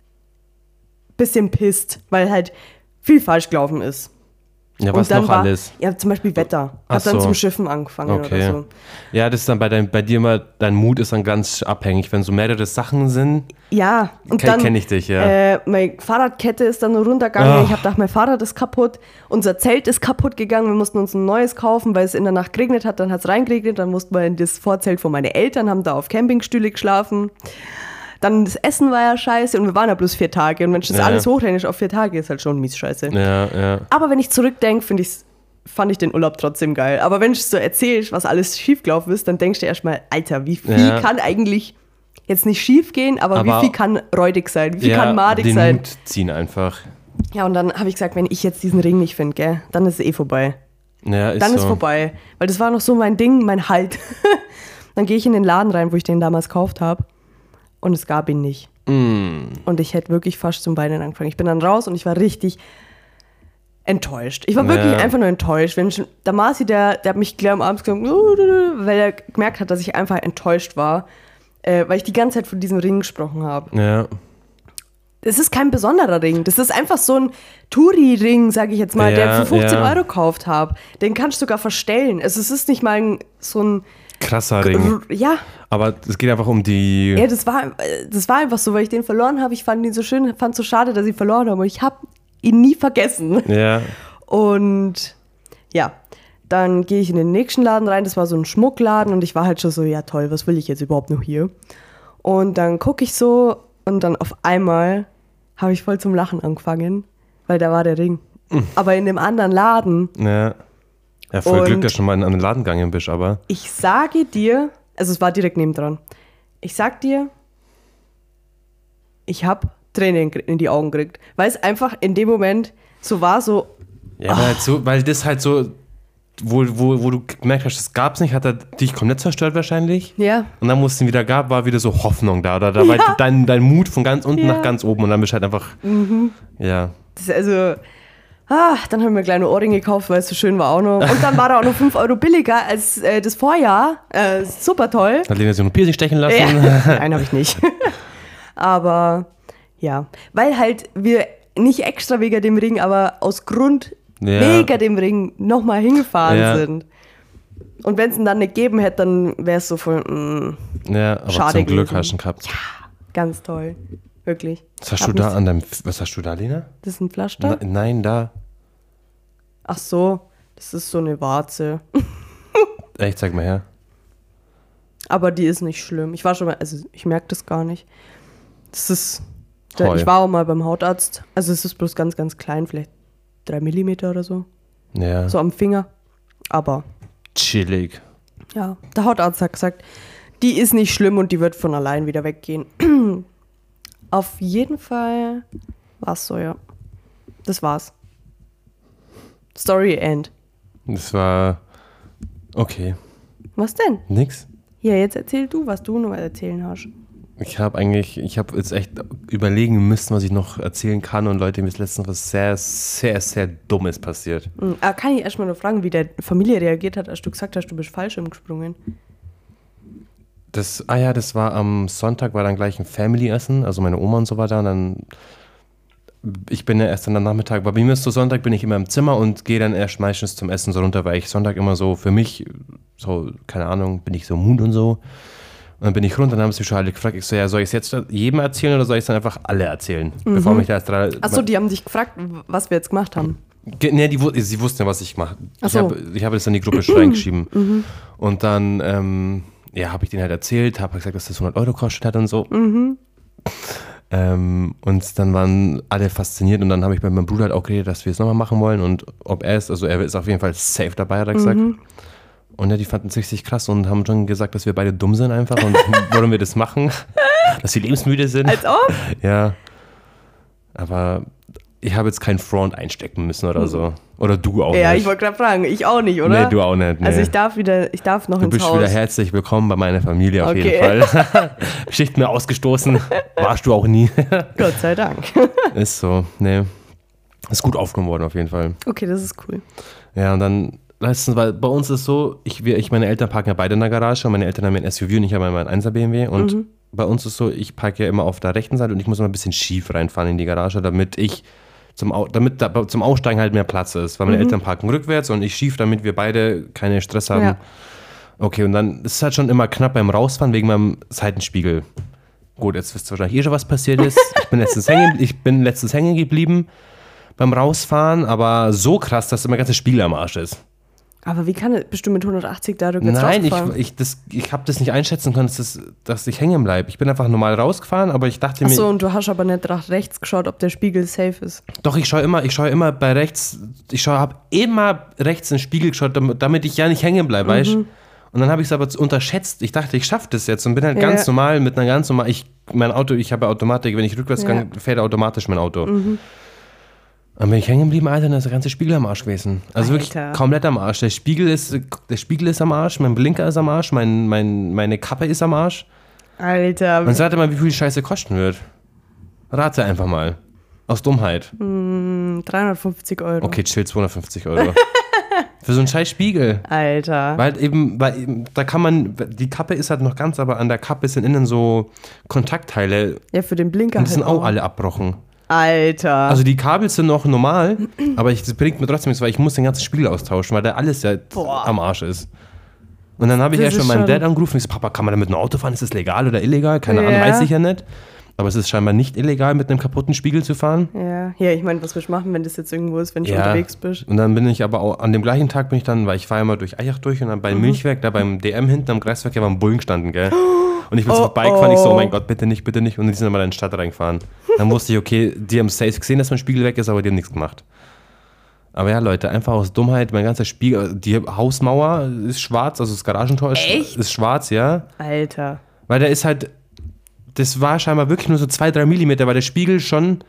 bisschen pisst, weil halt viel falsch gelaufen ist. Ja, Und was dann noch war, alles? Ja, zum Beispiel Wetter. Ach Hab dann so. zum Schiffen angefangen Okay. oder so. Ja, das ist dann bei, dein, bei dir immer, dein Mut ist dann ganz abhängig. Wenn so mehrere Sachen sind, Ja, und Ken- dann kenn ich dich, ja. Äh, meine Fahrradkette ist dann nur runtergegangen. Ach. Ich habe gedacht, mein Fahrrad ist kaputt. Unser Zelt ist kaputt gegangen. Wir mussten uns ein neues kaufen, weil es in der Nacht geregnet hat. Dann hat es reingeregnet. Dann mussten wir in das Vorzelt von meinen Eltern, haben da auf Campingstühle geschlafen. Dann das Essen war ja scheiße und wir waren ja bloß vier Tage. Und wenn ich das Ja. alles hochrechne auf vier Tage, ist halt schon mies scheiße. ja, ja. Aber wenn ich zurückdenke, finde ich's, fand ich den Urlaub trotzdem geil. Aber wenn ich so erzählst, was alles schiefgelaufen ist, dann denkst du erstmal, Alter, wie viel Ja. kann eigentlich jetzt nicht schief gehen, aber, Aber- wie viel kann räudig sein? Wie viel ja, kann madig den sein? Mut ziehen einfach. Ja, und dann habe ich gesagt, wenn ich jetzt diesen Ring nicht finde, gell, dann ist es eh vorbei. Ja, ist Dann so. ist vorbei. Weil das war noch so mein Ding, mein Halt. Dann gehe ich in den Laden rein, wo ich den damals gekauft habe. Und es gab ihn nicht. Mm. Und ich hätte wirklich fast zum Beinen angefangen. Ich bin dann raus und ich war richtig enttäuscht. Ich war Ja. wirklich einfach nur enttäuscht. Wenn ich, der Marci, der, der hat mich gleich am Abend gesagt, weil er gemerkt hat, dass ich einfach enttäuscht war, äh, weil ich die ganze Zeit von diesem Ring gesprochen habe. Ja. Das ist kein besonderer Ring. Das ist einfach so ein Touri-Ring, sage ich jetzt mal, der Ja, für fünfzehn ja. Euro gekauft habe. Den kannst du sogar verstellen. Also es ist nicht mal ein, so ein... Krasser Ring. Ja, Aber es geht einfach um die. ja, das war, äh, das war einfach so, weil ich den verloren habe. Ich fand ihn so schön, fand es so schade, dass ich ihn verloren habe. Und ich habe ihn nie vergessen. Ja. Und ja, dann gehe ich in den nächsten Laden rein. Das war so ein Schmuckladen und ich war halt schon so, ja toll, was will ich jetzt überhaupt noch hier? Und dann gucke ich so und dann auf einmal habe ich voll zum Lachen angefangen, weil da war der Ring. Aber in dem anderen Laden, Ja. Ja, voll Und- Glück, dass du schon mal in einen Laden gegangen bist, aber. ich sage dir, also es war direkt nebendran, ich sag dir, ich habe Tränen in die Augen gekriegt, weil es einfach in dem Moment so war, so, Ja, weil, halt so, weil das halt so, wo, wo, wo du gemerkt hast, das gab's nicht, hat er dich komplett zerstört wahrscheinlich. ja, Und dann, wo es ihn wieder gab, war wieder so Hoffnung da. Oder da war Ja. dein, dein Mut von ganz unten Ja. nach ganz oben und dann bist du halt einfach. Ja. das ist also, ah, dann haben wir kleine Ohrringe gekauft, weil es so schön war auch noch. Und dann war er auch noch fünf Euro billiger als äh, das Vorjahr. Äh, super toll. Hat Lena sich noch ein Piercing stechen lassen. Ja. Nein, habe ich nicht. Aber ja, weil halt wir nicht extra wegen dem Ring, aber aus Grund Ja. wegen dem Ring nochmal hingefahren Ja. sind. Und wenn es ihn dann nicht gegeben hätte, dann wäre es so voll, mm, Ja, aber Schade zum Glück gewesen. hast du ihn gehabt. ganz toll. Wirklich. Was hast Hab du da mich- an deinem. Was hast du da, Lena? Das ist ein Pflaster? Na, nein, da. Ach so, das ist so eine Warze. Echt, zeig mal her. Aber die ist nicht schlimm. Ich war schon mal, also ich merke das gar nicht. Das ist, da, Heu. ich war auch mal beim Hautarzt. Also es ist bloß ganz, ganz klein, vielleicht drei Millimeter oder so. Ja. So am Finger. Aber Chillig. ja, der Hautarzt hat gesagt, die ist nicht schlimm und die wird von allein wieder weggehen. Auf jeden Fall war's so, ja. Das war's. Story end. Das war. Okay. Was denn? Nix. Ja, jetzt erzähl du, was du noch erzählen hast. Ich habe eigentlich, ich habe jetzt echt überlegen müssen, was ich noch erzählen kann und Leute, mir ist letztens was sehr, sehr, sehr Dummes passiert. Mhm. Aber kann ich erstmal nur fragen, wie der Familie reagiert hat, als du gesagt hast, du bist Fallschirm gesprungen? Das, ah ja, das war am Sonntag, war dann gleich ein Family-Essen, also meine Oma und so weiter und dann, ich bin ja erst dann am Nachmittag, bei mir ist so Sonntag, bin ich immer im Zimmer und gehe dann erst meistens zum Essen so runter, weil ich Sonntag immer so, für mich, so, keine Ahnung, bin ich so Mut und so. Und dann bin ich runter und dann haben sie mich schon alle gefragt, ich so, ja, soll ich es jetzt jedem erzählen oder soll ich es dann einfach alle erzählen? Mhm. Bevor mich da erst dran... Achso, die haben dich gefragt, was wir jetzt gemacht haben. Ne, die, sie wussten ja, was ich mache. Ach Ich so. habe ich hab das in die Gruppe reingeschrieben. Mhm. Und dann, ähm, ja, habe ich denen halt erzählt, habe gesagt, dass das hundert Euro kostet hat und so. Mhm. Ähm, und dann waren alle fasziniert und dann habe ich bei meinem Bruder halt auch geredet, dass wir es nochmal machen wollen und ob er ist, also er ist auf jeden Fall safe dabei, hat er gesagt. Mhm. Und ja, die fanden es richtig krass und haben schon gesagt, dass wir beide dumm sind einfach und warum wir das machen, dass wir lebensmüde sind. Als ob? Ja. Aber ich habe jetzt keinen Front einstecken müssen oder so. Oder du auch ja, nicht. Ich wollte gerade fragen, ich auch nicht, oder? Nee, du auch nicht. Nee. Also ich darf wieder, ich darf noch du ins Haus. Du bist wieder herzlich willkommen bei meiner Familie auf okay. jeden Fall. Schicht mir ausgestoßen, warst du auch nie. Gott sei Dank. Ist so, nee. Ist gut aufgenommen worden auf jeden Fall. Okay, das ist cool. Ja, und dann... Letztens, weil bei uns ist so, ich, wir, ich, meine Eltern parken ja beide in der Garage und meine Eltern haben ein S U V und ich habe meinen einser B M W und mhm. bei uns ist so, ich parke ja immer auf der rechten Seite und ich muss immer ein bisschen schief reinfahren in die Garage, damit ich zum, damit da, zum Aussteigen halt mehr Platz ist, weil meine mhm. Eltern parken rückwärts und ich schief, damit wir beide keinen Stress haben. Ja. Okay, und dann ist es halt schon immer knapp beim Rausfahren wegen meinem Seitenspiegel. Gut, jetzt wisst ihr wahrscheinlich eh schon, was passiert ist. Ich bin letztens hängen, ich bin letztens hängen geblieben beim Rausfahren, aber so krass, dass mein ganzer Spiegel am Arsch ist. Aber wie kann das? Bist du mit hundertachtzig da rückwärts Nein, rausgefahren? ich, ich, das, ich habe das nicht einschätzen können, dass, das, dass ich hängen bleibe. Ich bin einfach normal rausgefahren, aber ich dachte mir... Achso, und du hast aber nicht nach rechts geschaut, ob der Spiegel safe ist. Doch, ich schaue immer, ich schaue immer bei rechts, ich habe immer rechts in den Spiegel geschaut, damit, damit ich ja nicht hängen bleibe, mhm. weißt du? Und dann habe ich es aber unterschätzt. Ich dachte, ich schaffe das jetzt und bin halt ja. ganz normal mit einer ganz normal... Ich, mein Auto, ich habe ja Automatik, wenn ich rückwärts ja. gehe, fährt automatisch mein Auto. Mhm. Dann bin ich hängen geblieben, Alter, und dann ist der ganze Spiegel am Arsch gewesen. Also Alter. Wirklich komplett am Arsch. Der Spiegel ist, der Spiegel ist am Arsch, mein Blinker ist am Arsch, mein, mein, meine Kappe ist am Arsch. Alter. Und rate mal, wie viel die Scheiße kosten wird. Rate einfach mal. Aus Dummheit. Mm, dreihundertfünfzig Euro. Okay, chill, zweihundertfünfzig Euro. Für so einen scheiß Spiegel. Alter. Weil eben, weil eben, da kann man, die Kappe ist halt noch ganz, aber an der Kappe sind innen so Kontaktteile. Ja, für den Blinker. Und die halt sind auch, auch alle abbrochen. Alter. Also die Kabel sind noch normal, aber ich, das bringt mir trotzdem nichts, weil ich muss den ganzen Spiegel austauschen, weil der alles ja Boah. am Arsch ist. Und dann habe ich erst mal meinen Dad angerufen und ich so, Papa, kann man da mit einem Auto fahren? Ist das legal oder illegal? Keine ja. Ahnung, weiß ich ja nicht. Aber es ist scheinbar nicht illegal, mit einem kaputten Spiegel zu fahren. Ja, ja, ich meine, was willst du machen, wenn das jetzt irgendwo ist, wenn du ja. unterwegs bist? Und dann bin ich aber auch, an dem gleichen Tag bin ich dann, weil ich fahre immer durch Eichach durch und dann beim mhm. Milchwerk, da beim D M hinten am Kreisverkehr, ja, war ein Bullen gestanden, gell? Und ich bin oh, so vorbeigefahren, oh. ich so, oh mein Gott, bitte nicht, bitte nicht. Und die sind dann mal in die Stadt reingefahren. Dann wusste ich, okay, die haben safe gesehen, dass mein Spiegel weg ist, aber die haben nichts gemacht. Aber ja, Leute, einfach aus Dummheit, mein ganzer Spiegel, die Hausmauer ist schwarz, also das Garagentor ist, Echt? ist schwarz, ja. Alter. Weil der ist halt, das war scheinbar wirklich nur so zwei, drei Millimeter, weil der Spiegel schon,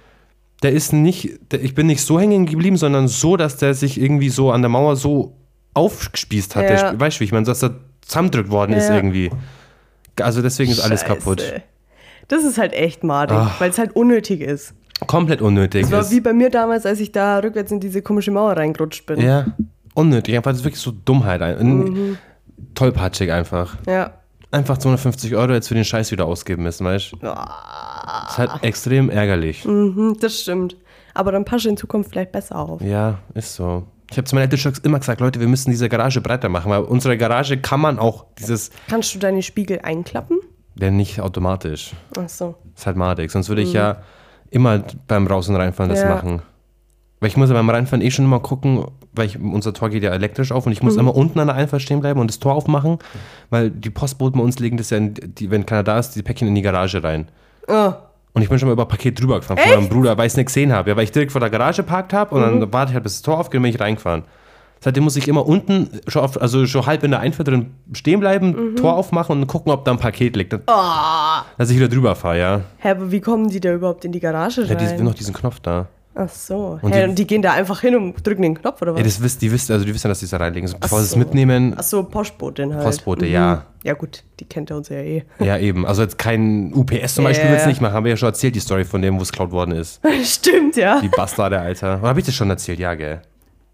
der ist nicht, der, ich bin nicht so hängen geblieben, sondern so, dass der sich irgendwie so an der Mauer so aufgespießt hat. Ja. Der, weißt du, wie ich meine, dass er zusammendrückt worden ja. ist irgendwie. Also deswegen ist alles Scheiße. kaputt. Das ist halt echt madig, weil es halt unnötig ist. Komplett unnötig. Das war ist. wie bei mir damals, als ich da rückwärts in diese komische Mauer reingerutscht bin. Ja, unnötig. Einfach, das ist wirklich so Dummheit. Mhm. Tollpatschig einfach. Ja. Einfach zweihundertfünfzig Euro jetzt für den Scheiß wieder ausgeben müssen, weißt du? Oh. Das ist halt extrem ärgerlich. Mhm, das stimmt. Aber dann passt du in Zukunft vielleicht besser auf. Ja, ist so. Ich habe zu meinen Eltern schon immer gesagt, Leute, wir müssen diese Garage breiter machen, weil unsere Garage kann man auch dieses... Kannst du deine Spiegel einklappen? Ja, nicht automatisch. Ach so. Ist halt madig. Sonst würde ich mhm. ja immer beim Raus- und Reinfahren das ja. machen. Weil ich muss ja beim Reinfahren eh schon immer gucken, weil ich, unser Tor geht ja elektrisch auf und ich muss mhm. immer unten an der Einfahrt stehen bleiben und das Tor aufmachen, weil die Postboten bei uns legen das ja, in die, wenn keiner da ist, die Päckchen in die Garage rein. Oh. Und ich bin schon mal über Paket drüber gefahren Echt? von meinem Bruder, weil ich es nicht gesehen habe. Ja, weil ich direkt vor der Garage geparkt habe und mhm. dann warte ich halt, bis das Tor aufgeht und bin ich reingefahren. Seitdem muss ich immer unten, schon auf, also schon halb in der Einfahrt drin stehen bleiben, mhm. Tor aufmachen und gucken, ob da ein Paket liegt. Oh. Dass ich wieder drüber fahre, ja. Hä, aber wie kommen die da überhaupt in die Garage rein? Ja, die, noch diesen Knopf da. Ach so. Und Hä, die- und die gehen da einfach hin und drücken den Knopf, oder was? Ja, das wisst, die wissen, also die wissen, dass die es da reinlegen. So, bevor Ach sie es so. mitnehmen, Ach so, Postbotin halt. Postbote, ja. Ja gut, die kennt er uns ja eh. ja eben. Also jetzt kein U P S zum Ja, Beispiel ja, wird's ja. nicht machen, haben wir ja schon erzählt, die Story von dem, wo es geklaut worden ist. Stimmt, ja. Die Bastarde, Alter. Oder habe ich das schon erzählt? Ja, gell.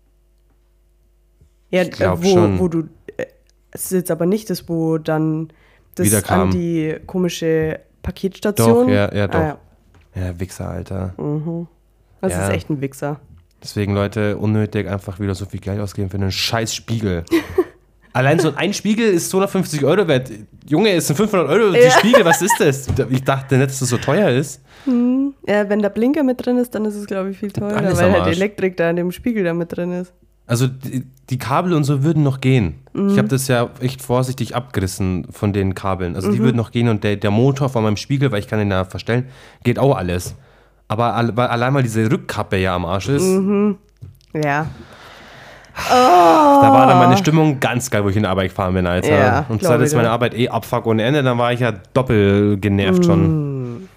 Ja, Ich glaub äh, wo, schon. wo du, äh, es ist jetzt aber nicht das, wo dann das Wieder kam. an die komische Paketstation. Doch, ja, ja, doch. Ah, Ja, Wichser, Alter. ja. Das Ja. ist echt ein Wichser. Deswegen, Leute, unnötig einfach wieder so viel Geld ausgeben für einen scheiß Spiegel. Allein so ein Spiegel ist zweihundertfünfzig Euro wert. Junge, es sind fünfhundert Euro die Ja. Spiegel, was ist das? Ich dachte nicht, dass das so teuer ist. Ja, wenn der Blinker mit drin ist, dann ist es, glaube ich, viel teurer, Alles weil am halt die Arsch. Elektrik da in dem Spiegel da mit drin ist. Also die, die Kabel und so würden noch gehen. Ich habe das ja echt vorsichtig abgerissen von den Kabeln. Also die würden noch gehen und der, der Motor von meinem Spiegel, weil ich kann den ja verstellen, geht auch alles. Aber all, weil allein mal diese Rückkappe ja am Arsch ist, Ja. da war dann meine Stimmung ganz geil, wo ich in die Arbeit gefahren bin, Alter. Ja, und glaub zwar ist ich meine dir. Arbeit eh Abfuck ohne Ende, dann war ich ja doppelt genervt schon.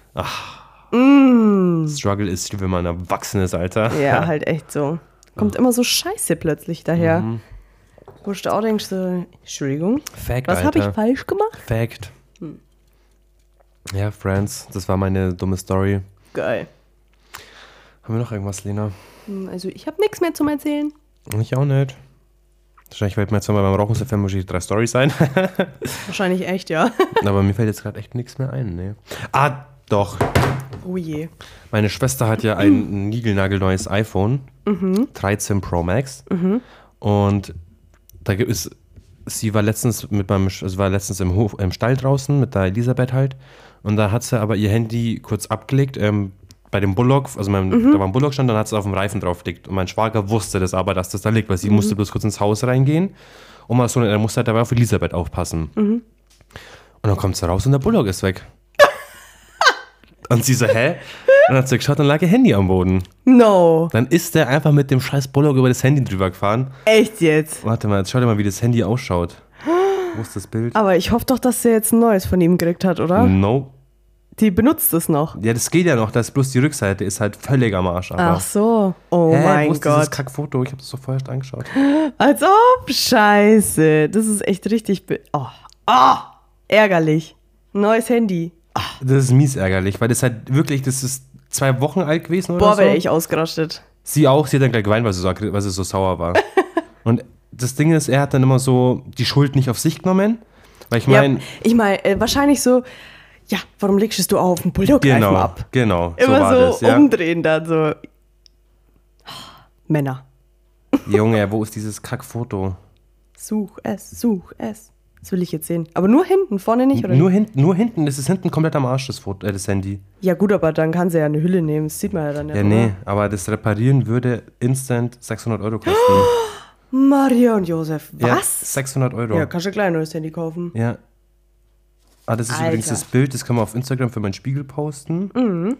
Mm. Struggle ist, wenn man erwachsen ist, Alter. Ja, halt echt so. Kommt immer so Scheiße plötzlich daher. Mhm. Wo du auch denkst, so, Entschuldigung, Fact, was habe ich Alter. falsch gemacht? Fact. Ja, Friends, das war meine dumme Story. Geil. Haben wir noch irgendwas, Lena? Hm, Also ich habe nichts mehr zum Erzählen. Ich auch nicht. Wahrscheinlich fällt mir jetzt nochmal beim Rauchungsfilm wahrscheinlich drei Storys ein. Wahrscheinlich echt, ja. Aber mir fällt jetzt gerade echt nichts mehr ein, ne? Ah, doch. Oh je. Meine Schwester hat ja ein niegelnagelneues iPhone. dreizehn Pro Max. Und da gibt es, sie war letztens mit meinem, also war letztens im Hof, im Stall draußen mit der Elisabeth halt. Und da hat sie aber ihr Handy kurz abgelegt, ähm, bei dem Bullock, also mein, da war ein Bullock stand, dann hat sie auf dem Reifen draufgelegt. Und mein Schwager wusste das aber, dass das da liegt, weil sie musste bloß kurz ins Haus reingehen. Und mal so, er musste halt dabei auf Elisabeth aufpassen. Und dann kommt sie raus und der Bullock ist weg. Und sie so, hä? Und dann hat sie geschaut, dann lag ihr Handy am Boden. No. Dann ist der einfach mit dem scheiß Bullock über das Handy drüber gefahren. Echt jetzt? Warte mal, jetzt schau dir mal, wie das Handy ausschaut. Wo ist das Bild? Aber ich hoffe doch, dass sie jetzt ein neues von ihm gekriegt hat, oder? No. Die benutzt es noch. Ja, das geht ja noch, das ist bloß die Rückseite ist halt völlig am Arsch. Aber Ach so. Oh Hä, mein wo ist dieses Gott. Kackfoto? Ich habe das doch vorher erst angeschaut. Als ob. Scheiße. Das ist echt richtig. Be oh. Oh. Ärgerlich. Neues Handy. Das ist mies ärgerlich, weil das halt wirklich, das ist zwei Wochen alt gewesen oder Boah, so. wäre ich ausgerastet. Sie auch, sie hat dann gleich geweint, weil sie so, weil sie so sauer war. Und das Ding ist, er hat dann immer so die Schuld nicht auf sich genommen. Weil ich meine, ja, ich meine, äh, wahrscheinlich so, ja, warum legst du auch auf den Bulldog-Reifen genau, ab? genau, so Immer war so das, ja. umdrehen dann so. Männer. Junge, wo ist dieses Kackfoto? Such es, such es. Das will ich jetzt sehen. Aber nur hinten, vorne nicht, oder? Nur hinten, nur hinten, das ist hinten komplett am Arsch, das, Foto, äh, das Handy. Ja gut, aber dann kann sie ja eine Hülle nehmen. Das sieht man ja dann ja. Ja, nee, aber das Reparieren würde instant sechshundert Euro kosten. Maria und Josef, Ja, was? sechshundert Euro. Ja, kannst du ein kleines neues Handy kaufen. Ja. Ah, das ist Alter. übrigens das Bild, das kann man auf Instagram für meinen Spiegel posten. Mhm.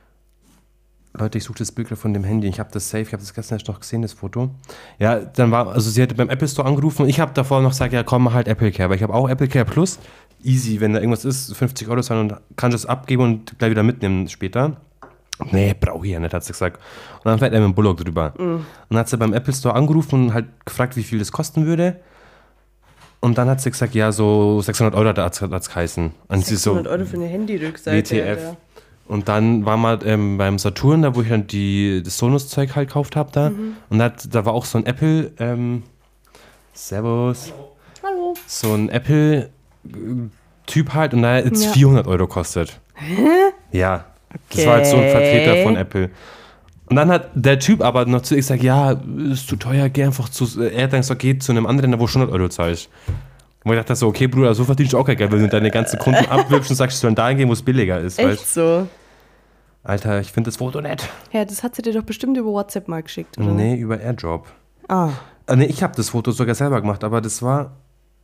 Leute, ich suche das Bild gerade von dem Handy. Ich habe das safe, ich habe das gestern erst noch gesehen, das Foto. Ja, dann war, also sie hatte beim Apple Store angerufen und ich habe davor noch gesagt, ja komm, mach halt Apple Care, weil ich habe auch Apple Care Plus. Easy, wenn da irgendwas ist, fünfzig Euro zahlen und kannst es abgeben und gleich wieder mitnehmen später. Nee, brauche ich ja nicht, hat sie gesagt. Und dann fährt er mit dem Bullock drüber. Mhm. Und dann hat sie beim Apple Store angerufen und halt gefragt, wie viel das kosten würde. Und dann hat sie gesagt, ja, so sechshundert Euro hat es geheißen. Und sie so, sechshundert Euro für eine Handy-Rückseite. W T F. Alter. Und dann waren wir ähm, beim Saturn, da wo ich dann die, das Sonos-Zeug halt gekauft habe da. Mhm. Und da, hat- da war auch so ein Apple, ähm, Servus, Hallo. so ein Apple-Typ halt und da hat jetzt Ja. vierhundert Euro kostet. Hä? Ja, das war halt so ein Okay. Vertreter von Apple. Und dann hat der Typ aber noch zu ihr gesagt, ja, ist zu teuer, geh einfach zu, er hat dann gesagt, geh zu einem anderen, wo du hundert Euro zahlst. Und ich dachte so, okay Bruder, so verdienst du auch kein Geld, wenn du deine ganzen Kunden abwirbst und sagst, du sollen dahin gehen, wo es billiger ist. Echt Weißt? so? Alter, ich finde das Foto nett. Ja, das hat sie dir doch bestimmt über WhatsApp mal geschickt, oder? Nee, über AirDrop. Ah. Ah, nee, ich habe das Foto sogar selber gemacht, aber das war,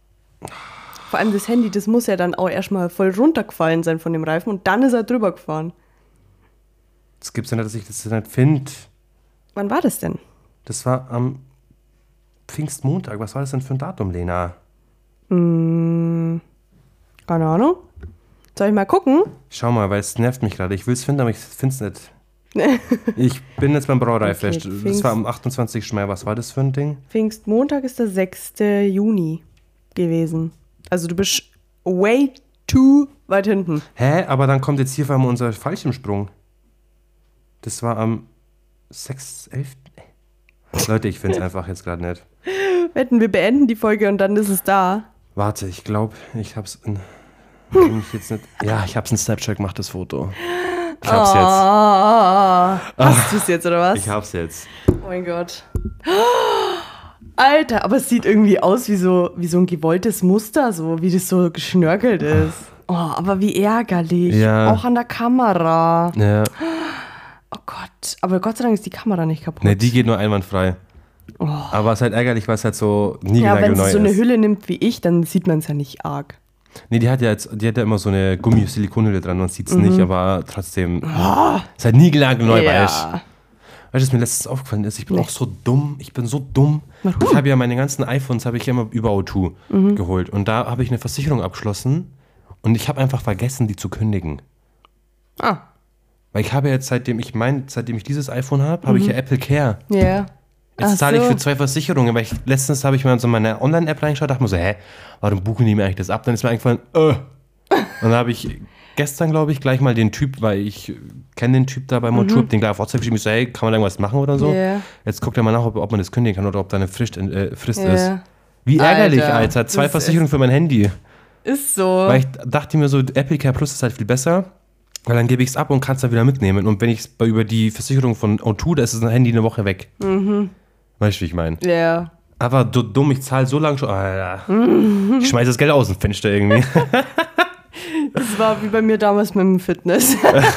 Vor allem das Handy, das muss ja dann auch erstmal voll runtergefallen sein von dem Reifen und dann ist er drüber gefahren. das gibt's ja nicht, dass ich das nicht finde. Wann war das denn? Das war am Pfingstmontag. Was war das denn für ein Datum, Lena? Hm, keine Ahnung. Soll ich mal gucken? Schau mal, weil es nervt mich gerade. Ich will es finden, aber ich finde es nicht. Ich bin jetzt beim Brauereifest. Okay, das war am achtundzwanzigsten Mai. Was war das für ein Ding? Pfingstmontag ist der sechster Juni gewesen. Also du bist way too weit hinten. Hä? Aber dann kommt jetzt hier vor allem unser Fallschirmsprung. Das war am sechsten elften Leute, ich finde es einfach jetzt gerade nicht. Wetten, wir beenden die Folge und dann ist es da. Warte, ich glaube, ich hab's in... Kann ich jetzt nicht, ja, ich hab's in Snapchat gemacht, das Foto. Ich hab's jetzt. Oh, hast du es jetzt, oder was? Ich hab's jetzt. Oh mein Gott. Alter, aber es sieht irgendwie aus wie so, wie so ein gewolltes Muster, so wie das so geschnörkelt ist. Oh, aber wie ärgerlich. Ja. Auch an der Kamera. Ja. Oh Gott. Aber Gott sei Dank ist die Kamera nicht kaputt. Ne, die geht nur einwandfrei. Oh. Aber es ist halt ärgerlich, weil es halt so Ja, niegelnagelneu wenn ist. sie so eine Hülle nimmt wie ich, dann sieht man es ja nicht arg. Nee, die hat ja jetzt, die hat ja immer so eine Gummi-Silikonhülle dran, man sieht's Mhm. nicht, aber trotzdem. Oh. Ist halt niegelnagelneu, Ja. weißt du. Weißt du, was mir letztens aufgefallen ist? Ich bin Nee. auch so dumm. Ich bin so dumm. Warum? Ich habe ja meine ganzen iPhones habe ich ja immer über O zwei Mhm. geholt. Und da habe ich eine Versicherung abgeschlossen und ich habe einfach vergessen, die zu kündigen. Ah. Weil ich habe jetzt, seitdem ich mein, seitdem ich dieses iPhone habe, habe ich ja Apple Care. Ja. Jetzt Ach zahle ich so. für zwei Versicherungen, weil ich letztens habe ich mal so meine Online-App reingeschaut, dachte mir so, hä, warum buchen die mir eigentlich das ab? Dann ist mir eingefallen, äh. Und dann habe ich gestern, glaube ich, gleich mal den Typ, weil ich kenne den Typ da bei Motur, den gleich auf WhatsApp geschrieben, ich so, hey, kann man da irgendwas machen oder so? Ja. Jetzt guckt er mal nach, ob, ob man das kündigen kann oder ob da eine Frist, äh, Frist Ja. ist. Wie ärgerlich, Alter, Alter. Zwei das Versicherungen ist- für mein Handy. Ist so. Weil ich dachte mir so, Apple Care Plus ist halt viel besser, weil dann gebe ich es ab und kann es dann wieder mitnehmen. Und wenn ich es über die Versicherung von O zwei, da ist das Handy eine Woche weg. Mhm. Weißt du, wie ich meine? Ja. Aber du, dumm, ich zahle so lange schon. Alter. Ich schmeiße das Geld aus dem Fenster irgendwie. Das war wie bei mir damals mit dem Fitness.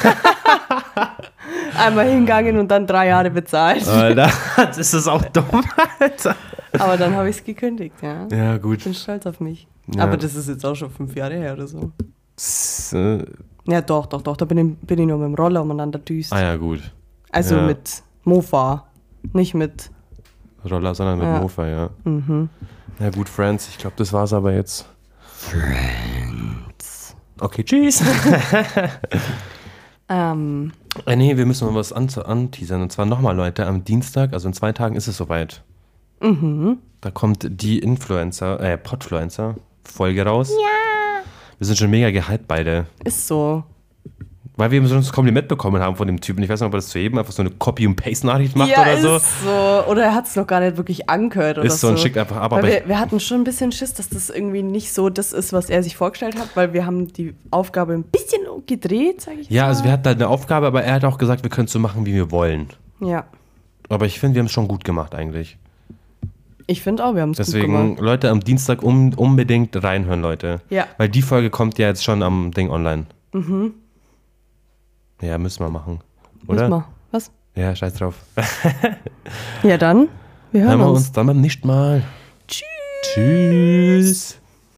Einmal hingegangen und dann drei Jahre bezahlt. Alter, das ist auch dumm, Alter. Aber dann habe ich es gekündigt, ja. Ja, gut. Ich bin stolz auf mich. Ja. Aber das ist jetzt auch schon fünf Jahre her oder so. S- äh, Ja, doch, doch, doch. Da bin ich, bin ich nur mit dem Roller umeinander düst. ah ja, gut. Also ja. mit Mofa, nicht mit. Roller, sondern mit Ja. Mofa, ja. Mhm. Ja, gut, Friends. Ich glaube, das war's aber jetzt. Friends. Okay, tschüss. Ähm, äh, nee, wir müssen mal was an anteasern. Und zwar nochmal, Leute, am Dienstag, also in zwei Tagen ist es soweit. mhm. Da kommt die Influencer, äh, Podfluencer-Folge raus. Ja. Wir sind schon mega gehypt beide. Ist so. Weil wir eben so ein Kompliment bekommen haben von dem Typen. Ich weiß nicht, ob er das zu jedem einfach so eine Copy-and-Paste-Nachricht macht ja, oder ist so. so. Oder er hat es noch gar nicht wirklich angehört oder Ist so so. und schickt einfach ab. Weil Aber wir, ich, wir hatten schon ein bisschen Schiss, dass das irgendwie nicht so das ist, was er sich vorgestellt hat, weil wir haben die Aufgabe ein bisschen gedreht, sage ich ja, mal. also wir hatten halt eine Aufgabe, aber er hat auch gesagt, wir können es so machen, wie wir wollen. Ja, Aber ich finde, wir haben es schon gut gemacht eigentlich. ich finde auch, wir haben es gut Deswegen, gemacht. Leute, am Dienstag um, unbedingt reinhören, Leute. Ja. Weil die Folge kommt ja jetzt schon am Ding online. Mhm. Ja, müssen wir machen. Oder? Müssen wir. Was? Ja, scheiß drauf. Ja, dann. Wir hören, Hören wir uns. uns dann beim nächsten Mal. Tschüss. Tschüss.